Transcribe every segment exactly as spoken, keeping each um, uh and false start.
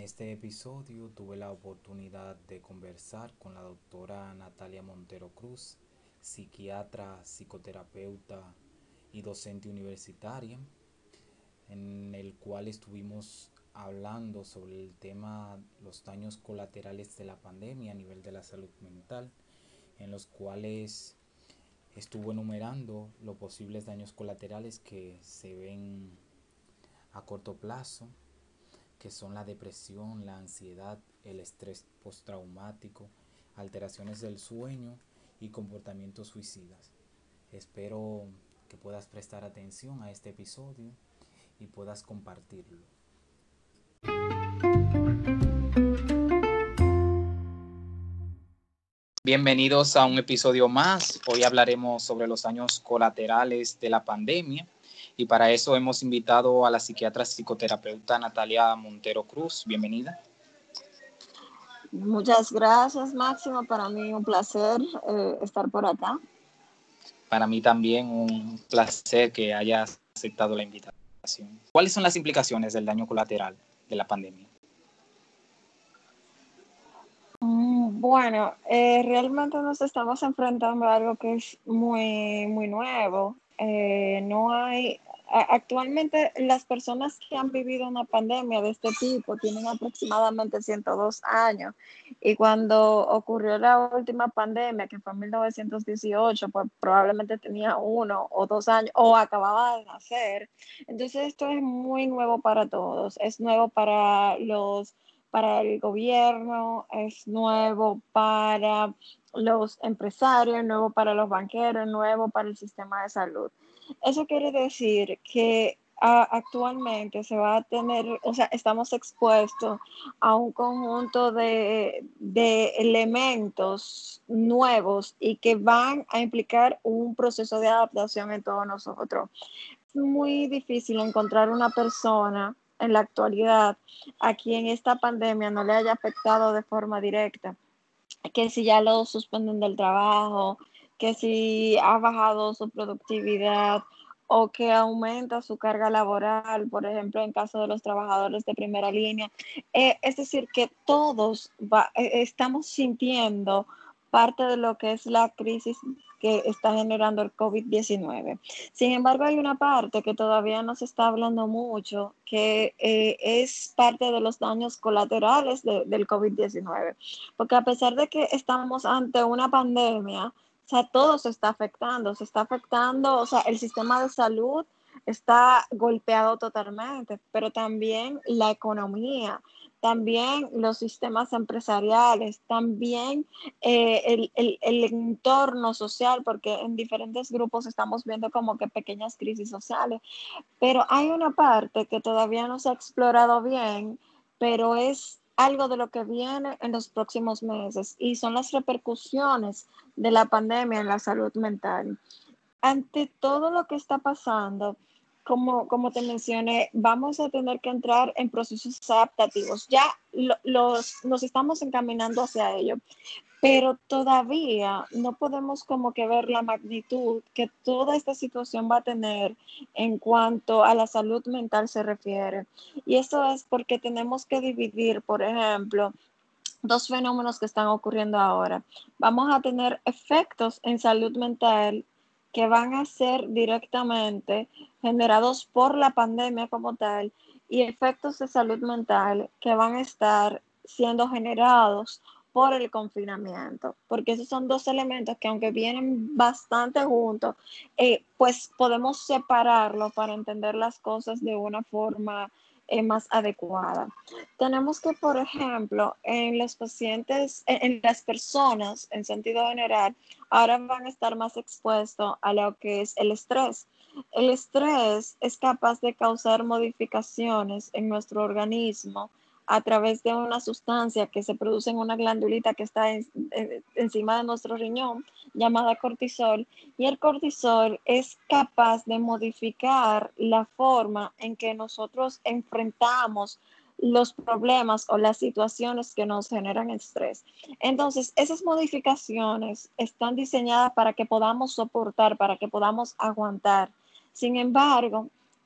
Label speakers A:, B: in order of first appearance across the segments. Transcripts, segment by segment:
A: este episodio tuve la oportunidad de conversar con la doctora Natalia Montero Cruz, psiquiatra, psicoterapeuta y docente universitaria, en el cual estuvimos hablando sobre el tema los daños colaterales de la pandemia a nivel de la salud mental, en los cuales estuvo enumerando los posibles daños colaterales que se ven a corto plazo, que son la depresión, la ansiedad, el estrés postraumático, alteraciones del sueño y comportamientos suicidas. Espero que puedas prestar atención a este episodio y puedas compartirlo. Bienvenidos a un episodio más. Hoy hablaremos sobre los daños colaterales de la pandemia y para eso hemos invitado a la psiquiatra psicoterapeuta Natalia Montero Cruz. Bienvenida.
B: Muchas gracias, Máximo. Para mí un placer eh, estar por acá.
A: Para mí también un placer que hayas aceptado la invitación. ¿Cuáles son las implicaciones del daño colateral de la pandemia?
B: Mm, Bueno, eh, realmente nos estamos enfrentando a algo que es muy, muy nuevo. Eh, no hay, a- actualmente las personas que han vivido una pandemia de este tipo tienen aproximadamente ciento dos años. Y cuando ocurrió la última pandemia, que fue en mil novecientos dieciocho, pues probablemente tenía uno o dos años o acababa de nacer. Entonces esto es muy nuevo para todos. Es nuevo para los para el gobierno, es nuevo para los empresarios, nuevo para los banqueros, nuevo para el sistema de salud. Eso quiere decir que a, actualmente se va a tener, o sea, estamos expuestos a un conjunto de, de elementos nuevos y que van a implicar un proceso de adaptación en todos nosotros. Es muy difícil encontrar una persona en la actualidad a quien esta pandemia no le haya afectado de forma directa, que si ya lo suspenden del trabajo, que si ha bajado su productividad o que aumenta su carga laboral, por ejemplo, en caso de los trabajadores de primera línea. Eh, es decir, que todos va, eh, estamos sintiendo parte de lo que es la crisis que está generando el COVID diecinueve. Sin embargo, hay una parte que todavía no se está hablando mucho, que eh, es parte de los daños colaterales de, del COVID diecinueve, porque a pesar de que estamos ante una pandemia, o sea, todo se está afectando, se está afectando, o sea, el sistema de salud está golpeado totalmente, pero también la economía, también los sistemas empresariales, también eh, el, el, el, entorno social, porque en diferentes grupos estamos viendo como que pequeñas crisis sociales, pero hay una parte que todavía no se ha explorado bien, pero es algo de lo que viene en los próximos meses y son las repercusiones de la pandemia en la salud mental. Ante todo lo que está pasando, como, como te mencioné, vamos a tener que entrar en procesos adaptativos. Ya lo, los, nos estamos encaminando hacia ello, pero todavía no podemos como que ver la magnitud que toda esta situación va a tener en cuanto a la salud mental se refiere. Y eso es porque tenemos que dividir, por ejemplo, dos fenómenos que están ocurriendo ahora. Vamos a tener efectos en salud mental que van a ser directamente generados por la pandemia como tal y efectos de salud mental que van a estar siendo generados por el confinamiento, porque esos son dos elementos que aunque vienen bastante juntos, eh, pues podemos separarlo para entender las cosas de una forma eh, más adecuada. Tenemos que, por ejemplo, en los pacientes, en, en las personas en sentido general, ahora van a estar más expuestos a lo que es el estrés. El estrés es capaz de causar modificaciones en nuestro organismo a través de una sustancia que se produce en una glandulita que está en, en, encima de nuestro riñón, llamada cortisol, y el cortisol es capaz de modificar la forma en que nosotros enfrentamos los problemas o las situaciones que nos generan estrés. Entonces, esas modificaciones están diseñadas para que podamos soportar, para que podamos aguantar. Sin embargo,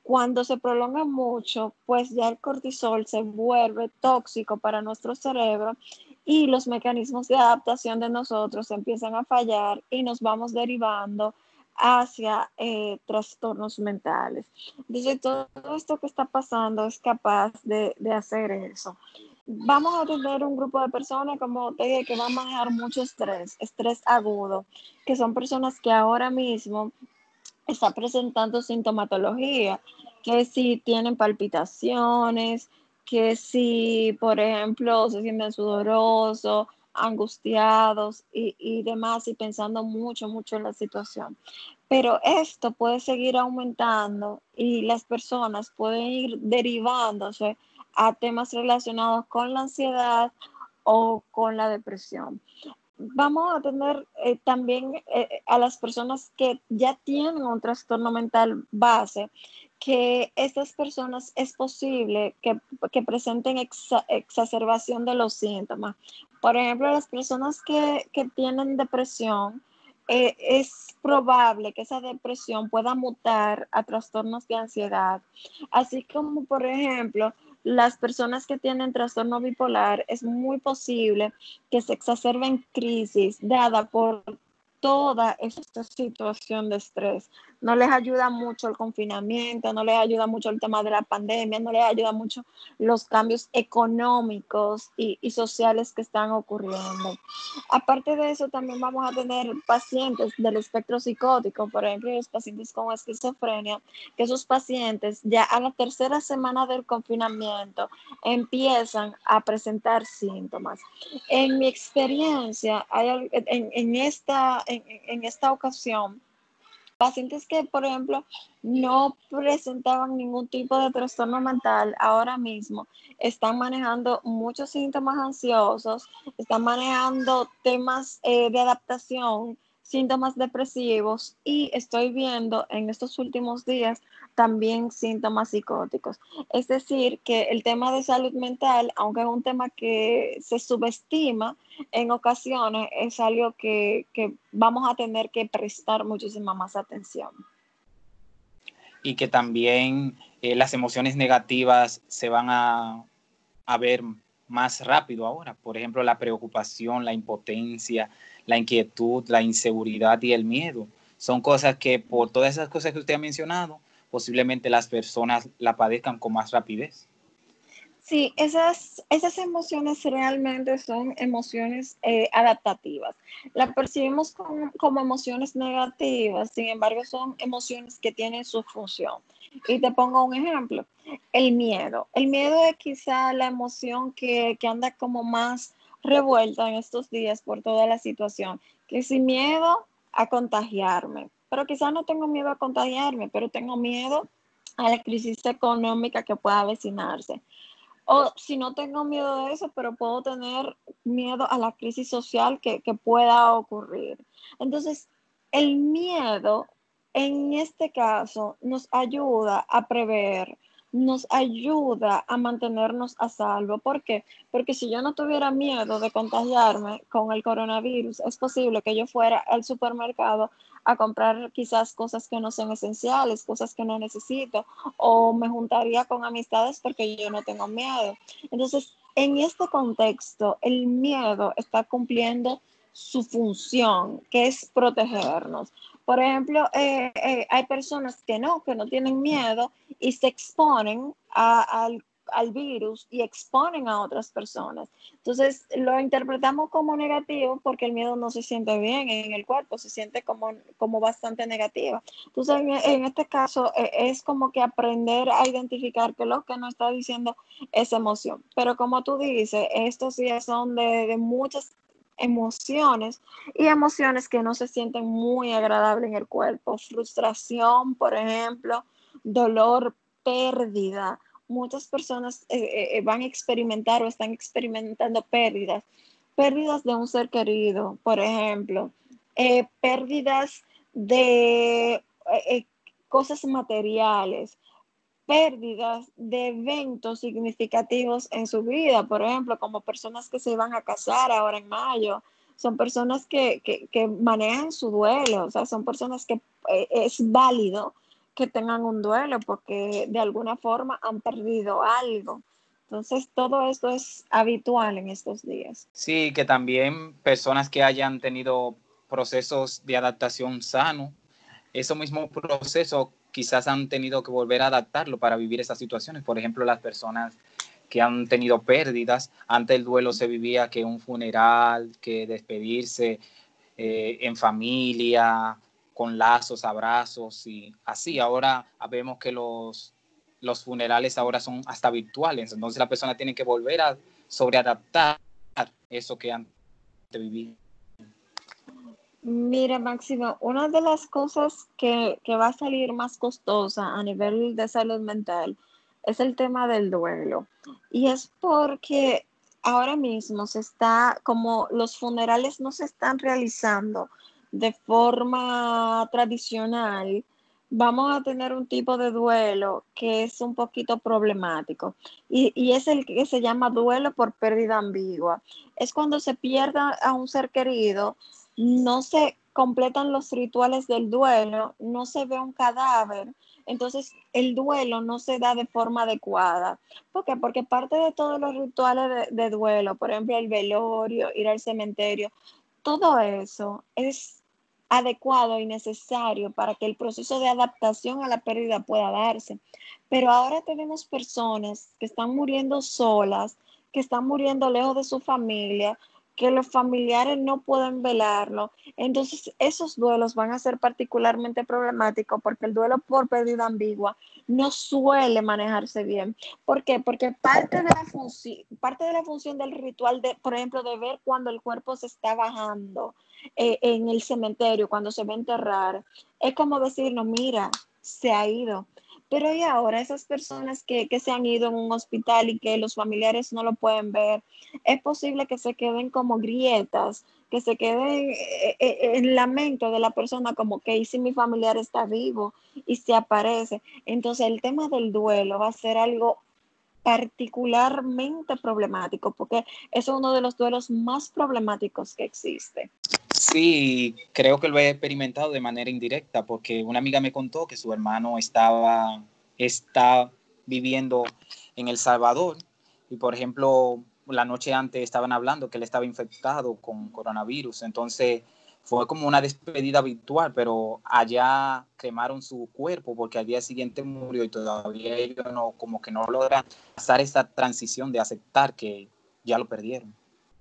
B: Cuando se prolonga mucho, pues ya el cortisol se vuelve tóxico para nuestro cerebro y los mecanismos de adaptación de nosotros empiezan a fallar y nos vamos derivando hacia eh, trastornos mentales. Entonces, todo esto que está pasando es capaz de, de hacer eso. Vamos a tener un grupo de personas, como te dije, que van a manejar mucho estrés, estrés agudo, que son personas que ahora mismo está presentando sintomatología, que si tienen palpitaciones, que si, por ejemplo, se sienten sudorosos, angustiados y, y demás, y pensando mucho, mucho en la situación. Pero esto puede seguir aumentando y las personas pueden ir derivándose a temas relacionados con la ansiedad o con la depresión. Vamos a tener eh, también eh, a las personas que ya tienen un trastorno mental base, que estas personas es posible que, que presenten exa, exacerbación de los síntomas. Por ejemplo, las personas que, que tienen depresión, eh, es probable que esa depresión pueda mutar a trastornos de ansiedad. Así como, por ejemplo, las personas que tienen trastorno bipolar, es muy posible que se exacerben crisis dada por toda esta situación de estrés. No les ayuda mucho el confinamiento, no les ayuda mucho el tema de la pandemia, no les ayuda mucho los cambios económicos y, y sociales que están ocurriendo. Aparte de eso, también vamos a tener pacientes del espectro psicótico, por ejemplo, los pacientes con esquizofrenia, que esos pacientes ya a la tercera semana del confinamiento empiezan a presentar síntomas. En mi experiencia, hay, en, en, esta, en, en esta ocasión, pacientes que, por ejemplo, no presentaban ningún tipo de trastorno mental, ahora mismo están manejando muchos síntomas ansiosos, están manejando temas eh, de adaptación, síntomas depresivos y estoy viendo en estos últimos días también síntomas psicóticos. Es decir, que el tema de salud mental, aunque es un tema que se subestima, en ocasiones es algo que, que vamos a tener que prestar muchísima más atención.
A: Y que también eh, las emociones negativas se van a, a ver más rápido ahora. Por ejemplo, la preocupación, la impotencia, la inquietud, la inseguridad y el miedo. Son cosas que por todas esas cosas que usted ha mencionado, posiblemente las personas la padezcan con más rapidez.
B: Sí, esas, esas emociones realmente son emociones eh, adaptativas. Las percibimos como, como emociones negativas, sin embargo, son emociones que tienen su función. Y te pongo un ejemplo, el miedo. El miedo es quizá la emoción que, que anda como más revuelta en estos días por toda la situación, que sin miedo a contagiarme, pero quizá no tengo miedo a contagiarme, pero tengo miedo a la crisis económica que pueda avecinarse. O si no tengo miedo de eso, pero puedo tener miedo a la crisis social que, que pueda ocurrir. Entonces, el miedo en este caso nos ayuda a prever, nos ayuda a mantenernos a salvo. ¿Por qué? Porque si yo no tuviera miedo de contagiarme con el coronavirus, es posible que yo fuera al supermercado a comprar quizás cosas que no son esenciales, cosas que no necesito, o me juntaría con amistades porque yo no tengo miedo. Entonces, en este contexto, el miedo está cumpliendo su función, que es protegernos. Por ejemplo, eh, eh, hay personas que no, que no tienen miedo y se exponen a, al, al virus y exponen a otras personas. Entonces, lo interpretamos como negativo porque el miedo no se siente bien en el cuerpo, se siente como, como bastante negativa. Entonces, en, en este caso, eh, es como que aprender a identificar que lo que nos está diciendo es emoción. Pero como tú dices, estos días son de, de muchas emociones y emociones que no se sienten muy agradables en el cuerpo. Frustración, por ejemplo, dolor, pérdida. Muchas personas eh, eh, van a experimentar o están experimentando pérdidas. Pérdidas de un ser querido, por ejemplo. Eh, pérdidas de eh, eh, cosas materiales, pérdidas de eventos significativos en su vida, por ejemplo, como personas que se iban a casar ahora en mayo, son personas que, que, que manejan su duelo, o sea, son personas que eh, es válido que tengan un duelo porque de alguna forma han perdido algo. Entonces, todo esto es habitual en estos días.
A: Sí, que también personas que hayan tenido procesos de adaptación sano, esos mismos procesos quizás han tenido que volver a adaptarlo para vivir esas situaciones. Por ejemplo, las personas que han tenido pérdidas, antes el duelo se vivía que un funeral, que despedirse eh, en familia, con lazos, abrazos y así. Ahora vemos que los, los funerales ahora son hasta virtuales, entonces la persona tiene que volver a sobreadaptar eso que antes vivía.
B: Mira, Máximo, una de las cosas que, que va a salir más costosa a nivel de salud mental es el tema del duelo. Y es porque ahora mismo se está, como los funerales no se están realizando de forma tradicional, vamos a tener un tipo de duelo que es un poquito problemático. Y, y es el que se llama duelo por pérdida ambigua. Es cuando se pierde a un ser querido, no se completan los rituales del duelo, no se ve un cadáver, entonces el duelo no se da de forma adecuada. ¿Por qué? Porque parte de todos los rituales de, de duelo, por ejemplo, el velorio, ir al cementerio, todo eso es adecuado y necesario para que el proceso de adaptación a la pérdida pueda darse. Pero ahora tenemos personas que están muriendo solas, que están muriendo lejos de su familia, que los familiares no pueden velarlo. Entonces, esos duelos van a ser particularmente problemáticos porque el duelo por pérdida ambigua no suele manejarse bien. ¿Por qué? Porque parte de la función, parte de la función del ritual, de, por ejemplo, de ver cuando el cuerpo se está bajando eh, en el cementerio, cuando se va a enterrar, es como decirnos, mira, se ha ido. Pero y ahora esas personas que, que se han ido en un hospital y que los familiares no lo pueden ver, es posible que se queden como grietas, que se queden en la mente de la persona como que y si mi familiar está vivo y se aparece. Entonces el tema del duelo va a ser algo particularmente problemático porque es uno de los duelos más problemáticos que existe.
A: Sí, creo que lo he experimentado de manera indirecta porque una amiga me contó que su hermano estaba está viviendo en El Salvador y, por ejemplo, la noche antes estaban hablando que él estaba infectado con coronavirus, entonces fue como una despedida virtual, pero allá cremaron su cuerpo porque al día siguiente murió y todavía ellos no, como que no logran pasar esa transición de aceptar que ya lo perdieron.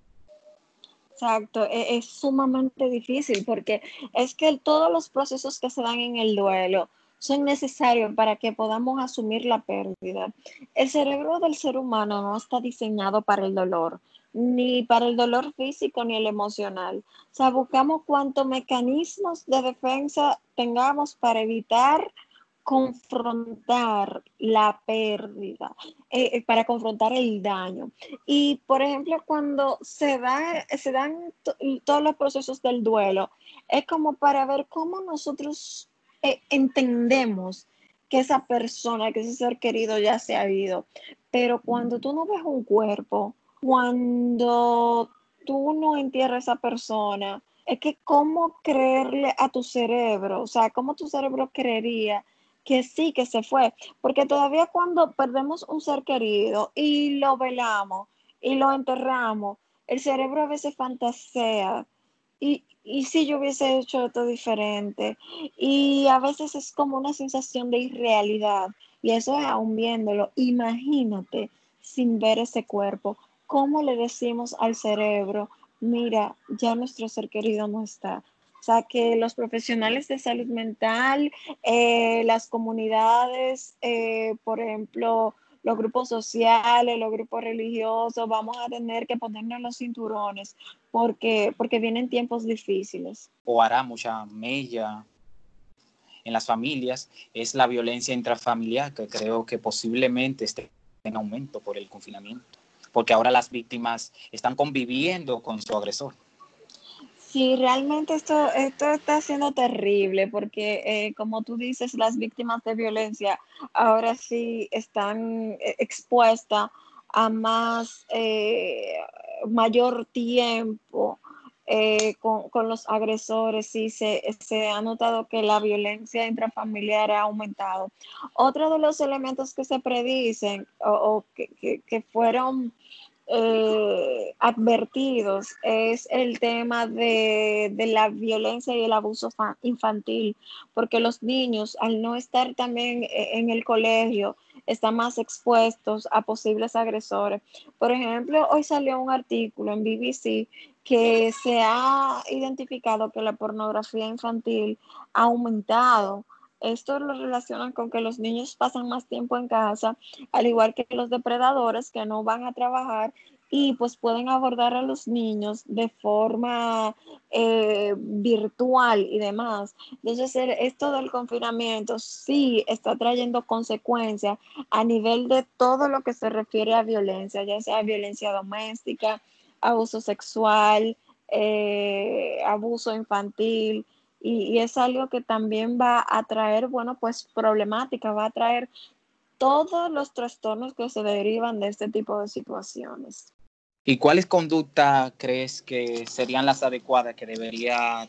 B: Exacto, es, es sumamente difícil porque es que todos los procesos que se dan en el duelo son necesarios para que podamos asumir la pérdida. El cerebro del ser humano no está diseñado para el dolor, ni para el dolor físico ni el emocional. O sea, buscamos cuantos mecanismos de defensa tengamos para evitar confrontar la pérdida, eh, eh, para confrontar el daño. Y, por ejemplo, cuando se, da, se dan to- todos los procesos del duelo, es como para ver cómo nosotros eh, entendemos que esa persona, que ese ser querido ya se ha ido. Pero cuando tú no ves un cuerpo, cuando tú no entierras a esa persona, es que cómo creerle a tu cerebro, o sea, cómo tu cerebro creería que sí, que se fue, porque todavía cuando perdemos un ser querido y lo velamos y lo enterramos, el cerebro a veces fantasea y, y si yo hubiese hecho esto diferente y a veces es como una sensación de irrealidad y eso es aún viéndolo, imagínate sin ver ese cuerpo, ¿cómo le decimos al cerebro, mira, ya nuestro ser querido no está? O sea, que los profesionales de salud mental, eh, las comunidades, eh, por ejemplo, los grupos sociales, los grupos religiosos, vamos a tener que ponernos los cinturones porque, porque vienen tiempos difíciles.
A: O hará mucha mella en las familias es la violencia intrafamiliar, que creo que posiblemente esté en aumento por el confinamiento, porque ahora las víctimas están conviviendo con su agresor.
B: Sí, realmente esto, esto está siendo terrible porque, eh, como tú dices, las víctimas de violencia ahora sí están eh, expuestas a más, eh, mayor tiempo eh, con, con, los agresores, sí se, se ha notado que la violencia intrafamiliar ha aumentado. Otro de los elementos que se predicen o, o que, que, que fueron eh, advertidos es el tema de, de, la violencia y el abuso infantil, porque los niños al no estar también en el colegio están más expuestos a posibles agresores. Por ejemplo, hoy salió un artículo en B B C que se ha identificado que la pornografía infantil ha aumentado. Esto lo relacionan con que los niños pasan más tiempo en casa, al igual que los depredadores que no van a trabajar y pues pueden abordar a los niños de forma eh, virtual y demás. Entonces, esto del confinamiento sí está trayendo consecuencias a nivel de todo lo que se refiere a violencia, ya sea violencia doméstica, abuso sexual, eh, abuso infantil, y, y es algo que también va a traer, bueno, pues problemática, va a traer todos los trastornos que se derivan de este tipo de situaciones.
C: ¿Y cuáles conductas crees que serían las adecuadas que deberían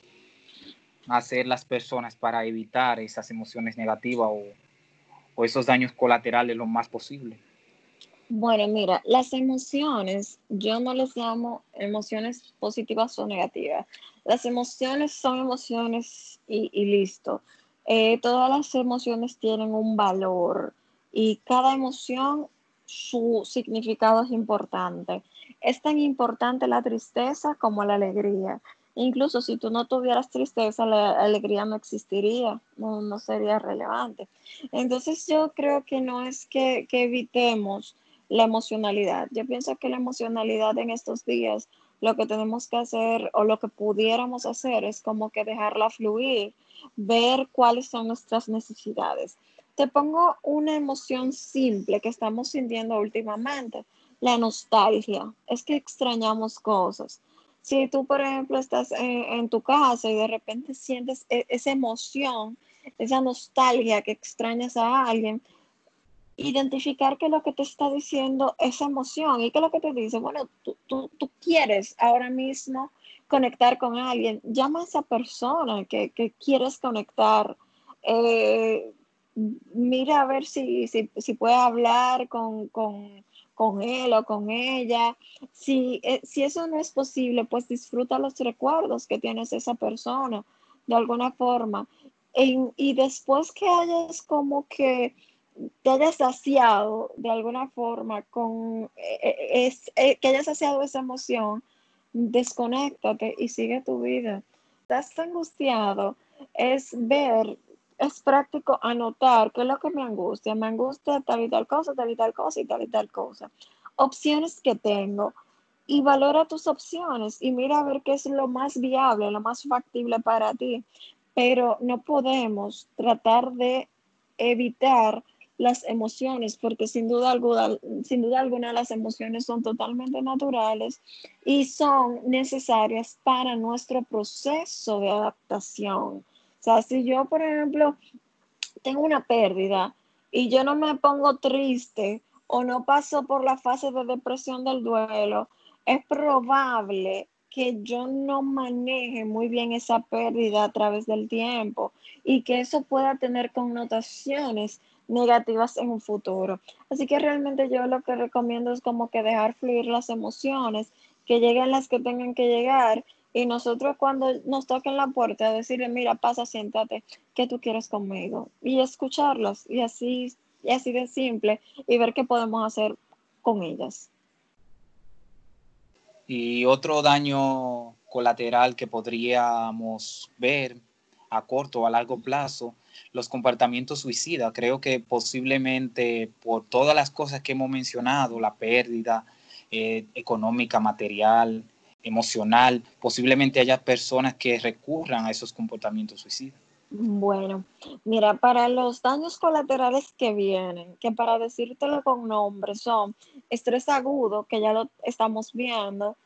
C: hacer las personas para evitar esas emociones negativas o, o esos daños colaterales lo más posible?
B: Bueno, mira, las emociones, yo no les llamo emociones positivas o negativas. Las emociones son emociones y, y listo. Eh, todas las emociones tienen un valor y cada emoción, su significado es importante. Es tan importante la tristeza como la alegría. Incluso si tú no tuvieras tristeza, la alegría no existiría, no, no sería relevante. Entonces yo creo que no es que, que evitemos la emocionalidad. Yo pienso que la emocionalidad en estos días, lo que tenemos que hacer o lo que pudiéramos hacer es como que dejarla fluir, ver cuáles son nuestras necesidades. Te pongo una emoción simple que estamos sintiendo últimamente, la nostalgia. Es que extrañamos cosas. Si tú, por ejemplo, estás en, en tu casa y de repente sientes e- esa emoción, esa nostalgia que extrañas a alguien, identificar qué es lo que te está diciendo esa emoción y qué es lo que te dice, bueno, tú, tú, tú quieres ahora mismo conectar con alguien, llama a esa persona que, que quieres conectar, eh, mira a ver si, si, si puedes hablar con, con, con él o con ella, si, eh, si eso no es posible, pues disfruta los recuerdos que tienes esa persona de alguna forma. En, y después que hayas como que te hayas saciado de alguna forma con eh, eh, es, eh, que hayas saciado esa emoción, desconéctate y sigue tu vida. Estás angustiado, es ver, es práctico anotar qué es lo que me angustia. Me angustia tal y tal cosa, tal y tal cosa y tal y tal cosa. Opciones que tengo. Y valora tus opciones y mira a ver qué es lo más viable, lo más factible para ti. Pero no podemos tratar de evitar las emociones, porque sin duda alguna, sin duda alguna las emociones son totalmente naturales y son necesarias para nuestro proceso de adaptación. O sea, si yo, por ejemplo, tengo una pérdida y yo no me pongo triste o no paso por la fase de depresión del duelo, es probable que yo no maneje muy bien esa pérdida a través del tiempo y que eso pueda tener connotaciones negativas en un futuro. Así que realmente yo lo que recomiendo es como que dejar fluir las emociones, que lleguen las que tengan que llegar y nosotros cuando nos toquen la puerta decirle, mira, pasa, siéntate, ¿qué tú quieres conmigo? Y escucharlas y así, y así de simple y ver qué podemos hacer con ellas.
C: Y otro daño colateral que podríamos ver a corto o a largo plazo, los comportamientos suicidas. Creo que posiblemente por todas las cosas que hemos mencionado, la pérdida eh, económica, material, emocional, posiblemente haya personas que recurran a esos comportamientos suicidas.
B: Bueno, mira, para los daños colaterales que vienen, que para decírtelo con nombre son estrés agudo, que ya lo estamos viendo,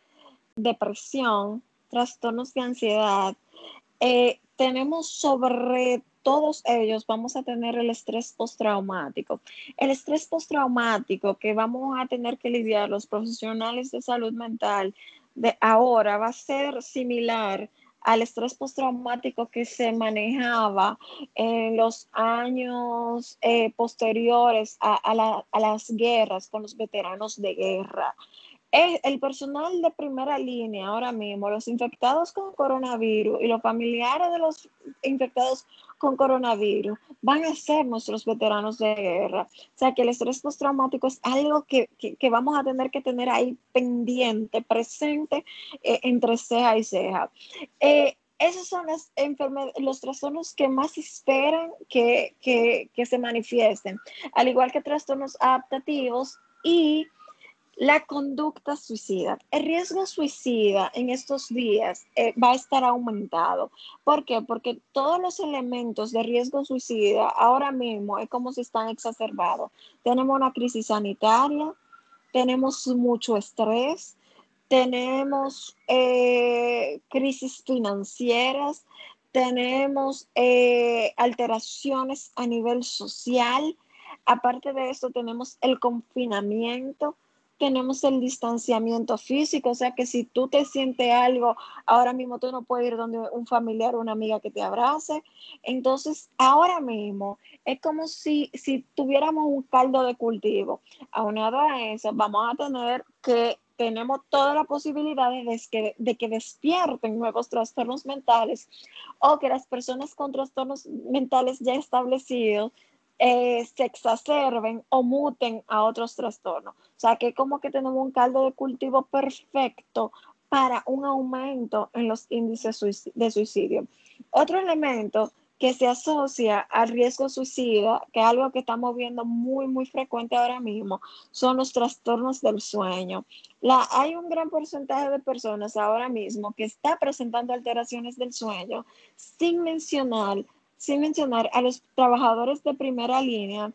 B: depresión, trastornos de ansiedad, eh, tenemos sobre todos ellos vamos a tener el estrés postraumático. El estrés postraumático que vamos a tener que lidiar los profesionales de salud mental de ahora va a ser similar al estrés postraumático que se manejaba en los años eh, posteriores a, a, la, a las guerras con los veteranos de guerra. Es el personal de primera línea ahora mismo, los infectados con coronavirus y los familiares de los infectados con coronavirus van a ser nuestros veteranos de guerra. O sea que el estrés postraumático es algo que, que, que vamos a tener que tener ahí pendiente, presente eh, entre ceja y ceja. Eh, esos son las los trastornos que más esperan que, que, que se manifiesten, al igual que trastornos adaptativos y la conducta suicida. El riesgo suicida en estos días eh, va a estar aumentado. ¿Por qué? Porque todos los elementos de riesgo suicida ahora mismo es como si están exacerbados. Tenemos una crisis sanitaria, tenemos mucho estrés, tenemos eh, crisis financieras, tenemos eh, alteraciones a nivel social. Aparte de esto, tenemos el confinamiento, tenemos el distanciamiento físico, o sea que si tú te sientes algo, ahora mismo tú no puedes ir donde un familiar o una amiga que te abrace. Entonces, ahora mismo es como si, si tuviéramos un caldo de cultivo. Aunado a eso, vamos a tener que tenemos toda la posibilidad de que, de que despierten nuevos trastornos mentales o que las personas con trastornos mentales ya establecidos eh, se exacerben o muten a otros trastornos. O sea, que como que tenemos un caldo de cultivo perfecto para un aumento en los índices de suicidio. Otro elemento que se asocia al riesgo suicida, que es algo que estamos viendo muy, muy frecuente ahora mismo, son los trastornos del sueño. La, hay un gran porcentaje de personas ahora mismo que está presentando alteraciones del sueño sin mencionar, sin mencionar a los trabajadores de primera línea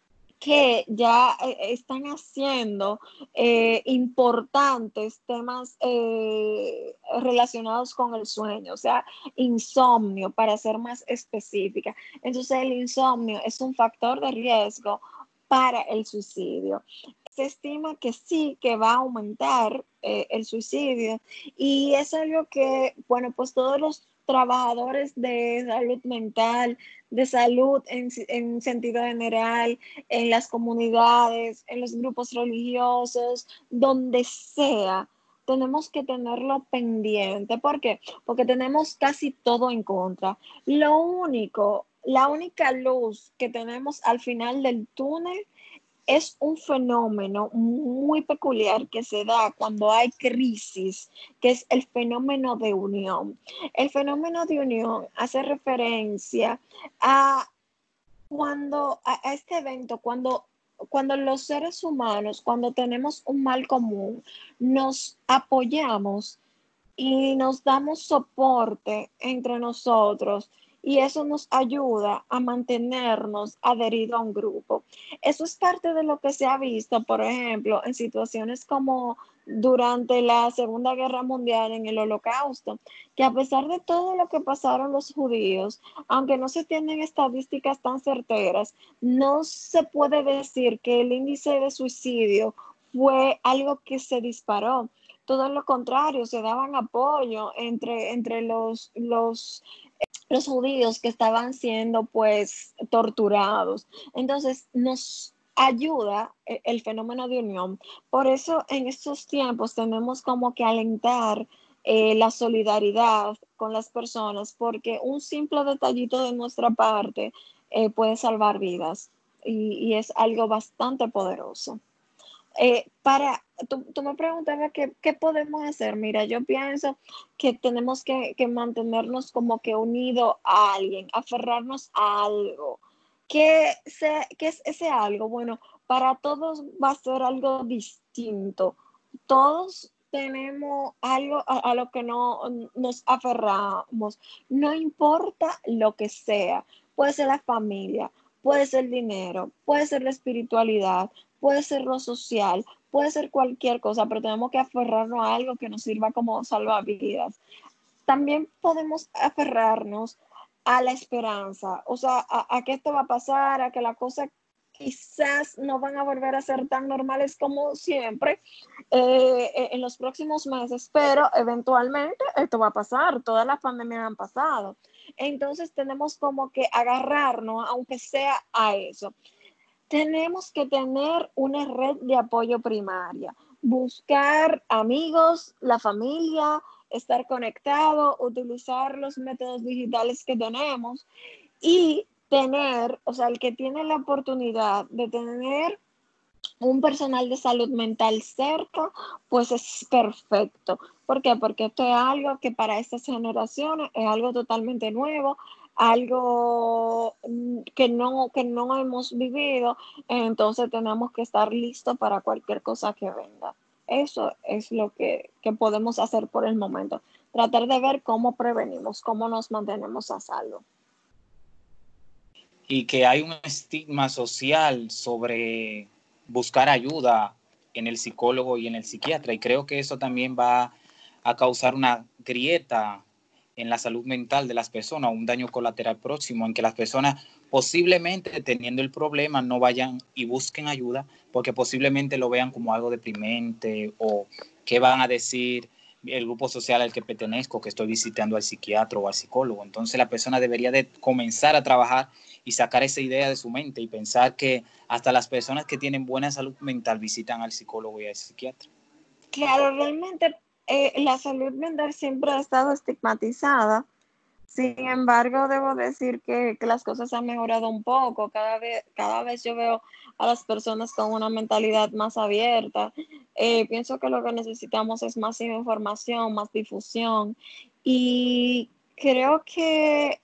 B: que ya eh, están haciendo eh, importantes temas eh, relacionados con el sueño, o sea, insomnio, para ser más específica. Entonces, el insomnio es un factor de riesgo para el suicidio. Se estima que sí, que va a aumentar eh, el suicidio y es algo que, bueno, pues todos los trabajadores de salud mental, de salud en, en sentido general, en las comunidades, en los grupos religiosos, donde sea, tenemos que tenerlo pendiente. ¿Por qué? Porque tenemos casi todo en contra. Lo único, la única luz que tenemos al final del túnel es un fenómeno muy peculiar que se da cuando hay crisis, que es el fenómeno de unión. El fenómeno de unión hace referencia a cuando a, a este evento, cuando, cuando los seres humanos, cuando tenemos un mal común, nos apoyamos y nos damos soporte entre nosotros y eso nos ayuda a mantenernos adheridos a un grupo. Eso es parte de lo que se ha visto, por ejemplo, en situaciones como durante la Segunda Guerra Mundial, en el Holocausto, que a pesar de todo lo que pasaron los judíos, aunque no se tienen estadísticas tan certeras, no se puede decir que el índice de suicidio fue algo que se disparó. Todo lo contrario, se daban apoyo entre, entre los, los, los judíos que estaban siendo pues torturados. Entonces nos ayuda el fenómeno de unión. Por eso en estos tiempos tenemos como que alentar eh, la solidaridad con las personas, porque un simple detallito de nuestra parte eh, puede salvar vidas y, y es algo bastante poderoso. Eh, para, tú, tú, me preguntabas qué, qué podemos hacer. Mira, yo pienso que tenemos que, que mantenernos como que unidos a alguien, aferrarnos a algo. ¿Qué, se, ¿Qué es ese algo? Bueno, para todos va a ser algo distinto. Todos tenemos algo a, a lo que no nos aferramos. No importa lo que sea. Puede ser la familia, puede ser el dinero, puede ser la espiritualidad, puede ser lo social, puede ser cualquier cosa, pero tenemos que aferrarnos a algo que nos sirva como salvavidas. También podemos aferrarnos a la esperanza, o sea, a, a que esto va a pasar, a que las cosas quizás no van a volver a ser tan normales como siempre eh, en los próximos meses, pero eventualmente esto va a pasar, todas las pandemias han pasado. Entonces tenemos como que agarrarnos, aunque sea a eso. Tenemos que tener una red de apoyo primaria, buscar amigos, la familia, estar conectado, utilizar los métodos digitales que tenemos y tener, o sea, el que tiene la oportunidad de tener un personal de salud mental cerca, pues es perfecto. ¿Por qué? Porque esto es algo que para estas generaciones es algo totalmente nuevo, algo que no, que no hemos vivido, entonces tenemos que estar listos para cualquier cosa que venga. Eso es lo que, que podemos hacer por el momento. Tratar de ver cómo prevenimos, cómo nos mantenemos a salvo.
C: Y que hay un estigma social sobre buscar ayuda en el psicólogo y en el psiquiatra, y creo que eso también va a causar una grieta en la salud mental de las personas, un daño colateral próximo, en que las personas posiblemente teniendo el problema no vayan y busquen ayuda, porque posiblemente lo vean como algo deprimente, o qué van a decir el grupo social al que pertenezco, que estoy visitando al psiquiatra o al psicólogo. Entonces la persona debería de comenzar a trabajar y sacar esa idea de su mente y pensar que hasta las personas que tienen buena salud mental visitan al psicólogo y al psiquiatra.
B: Claro, realmente eh, la salud mental siempre ha estado estigmatizada. Sin embargo, debo decir que, que las cosas han mejorado un poco. Cada vez, cada vez yo veo a las personas con una mentalidad más abierta. Eh, pienso que lo que necesitamos es más información, más difusión. Y creo que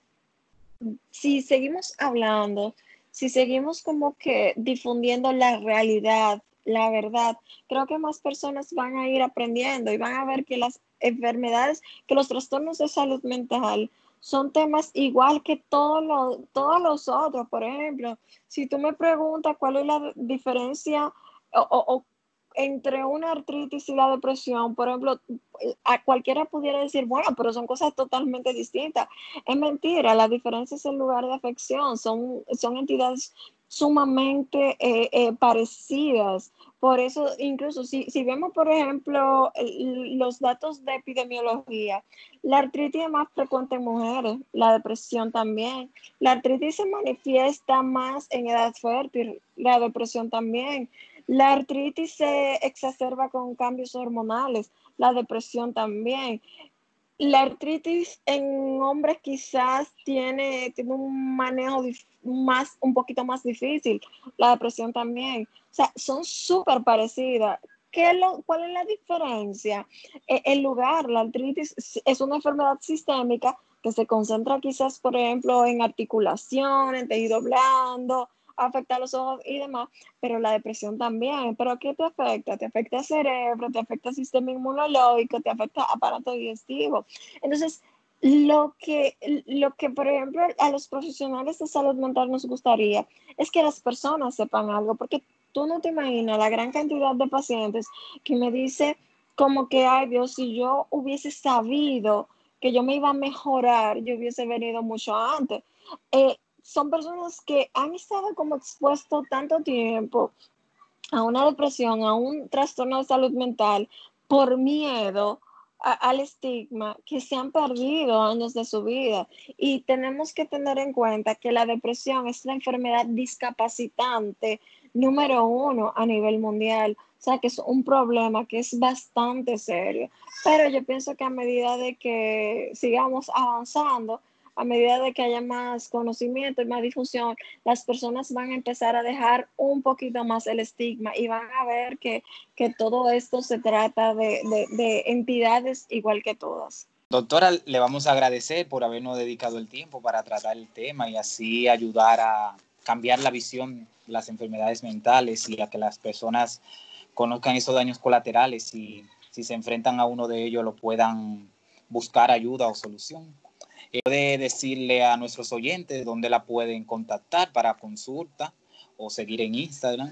B: si seguimos hablando, si seguimos como que difundiendo la realidad, la verdad, creo que más personas van a ir aprendiendo y van a ver que las enfermedades, que los trastornos de salud mental son temas igual que todos los, todos los otros. Por ejemplo, si tú me preguntas cuál es la diferencia o, o, o entre una artritis y la depresión, por ejemplo, a cualquiera pudiera decir, bueno, pero son cosas totalmente distintas. Es mentira, la diferencia es el lugar de afección, son, son entidades sumamente eh, eh, parecidas. Por eso, incluso si, si vemos, por ejemplo, el, los datos de epidemiología, la artritis es más frecuente en mujeres, la depresión también. La artritis se manifiesta más en edad fértil, la depresión también. La artritis se exacerba con cambios hormonales, la depresión también. La artritis en hombres quizás tiene, tiene un manejo más, un poquito más difícil, la depresión también. O sea, son súper parecidas. ¿Qué es lo, ¿Cuál es la diferencia? Eh, el lugar, la artritis es una enfermedad sistémica que se concentra quizás, por ejemplo, en articulación, en tejido blando, afecta a los ojos y demás, pero la depresión también. ¿Pero qué te afecta? Te afecta el cerebro, te afecta el sistema inmunológico, te afecta el aparato digestivo. Entonces, lo que, lo que, por ejemplo, a los profesionales de salud mental nos gustaría es que las personas sepan algo, porque tú no te imaginas la gran cantidad de pacientes que me dice como que, ay Dios, si yo hubiese sabido que yo me iba a mejorar, yo hubiese venido mucho antes. Eh, son personas que han estado como expuestos tanto tiempo a una depresión, a un trastorno de salud mental por miedo a, al estigma, que se han perdido años de su vida. Y tenemos que tener en cuenta que la depresión es la enfermedad discapacitante número uno a nivel mundial. O sea, que es un problema que es bastante serio. Pero yo pienso que a medida de que sigamos avanzando, a medida de que haya más conocimiento y más difusión, las personas van a empezar a dejar un poquito más el estigma y van a ver que, que todo esto se trata de, de, de entidades igual que todas.
C: Doctora, le vamos a agradecer por habernos dedicado el tiempo para tratar el tema y así ayudar a cambiar la visión de las enfermedades mentales y a que las personas conozcan esos daños colaterales y si se enfrentan a uno de ellos lo puedan buscar ayuda o solución. Puede decirle a nuestros oyentes dónde la pueden contactar para consulta o seguir en Instagram.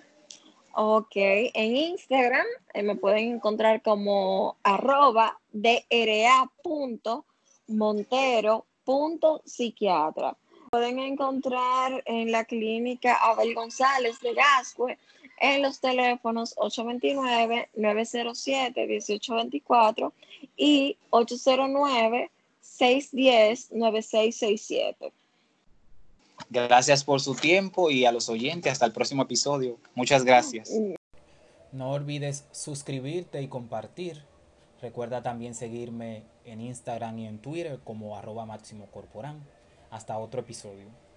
B: Ok, en Instagram eh, me pueden encontrar como arroba dra punto montero punto psiquiatra. Pueden encontrar en la clínica Abel González de Gascue en los teléfonos ocho dos nueve, nueve cero siete, uno ocho dos cuatro y ocho cero nueve, seis uno cero, nueve seis seis siete.
C: Gracias por su tiempo y a los oyentes, hasta el próximo episodio. Muchas gracias.
A: No olvides suscribirte y compartir. Recuerda también seguirme en Instagram y en Twitter como arroba máximo corporán. Hasta otro episodio.